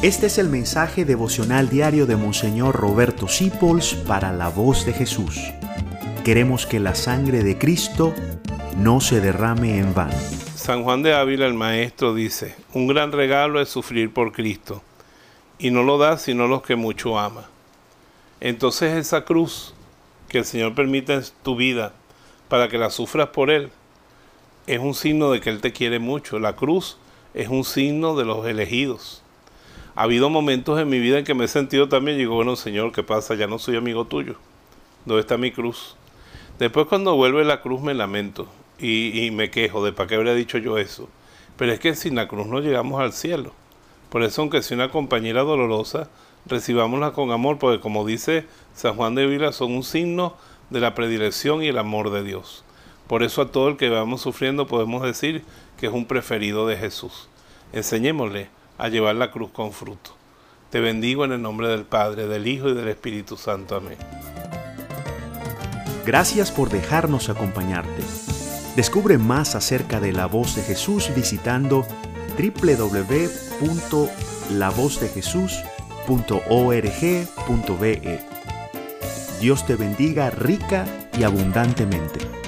Este es el mensaje devocional diario de Monseñor Roberto Sipols para la Voz de Jesús. Queremos que la sangre de Cristo no se derrame en vano. San Juan de Ávila, el maestro, dice: un gran regalo es sufrir por Cristo, y no lo da sino los que mucho ama. Entonces esa cruz que el Señor permite en tu vida para que la sufras por Él, es un signo de que Él te quiere mucho. La cruz es un signo de los elegidos. Ha habido momentos en mi vida en que me he sentido también, y digo, bueno, Señor, ¿qué pasa? Ya no soy amigo tuyo. ¿Dónde está mi cruz? Después, cuando vuelve la cruz, me lamento y me quejo de para qué habría dicho yo eso. Pero es que sin la cruz no llegamos al cielo. Por eso, aunque sea una compañera dolorosa, recibámosla con amor, porque como dice San Juan de Ávila, son un signo de la predilección y el amor de Dios. Por eso a todo el que vamos sufriendo podemos decir que es un preferido de Jesús. Enseñémosle a llevar la cruz con fruto. Te bendigo en el nombre del Padre, del Hijo y del Espíritu Santo. Amén. Gracias por dejarnos acompañarte. Descubre más acerca de la Voz de Jesús visitando www.lavozdejesús.org.be. Dios te bendiga rica y abundantemente.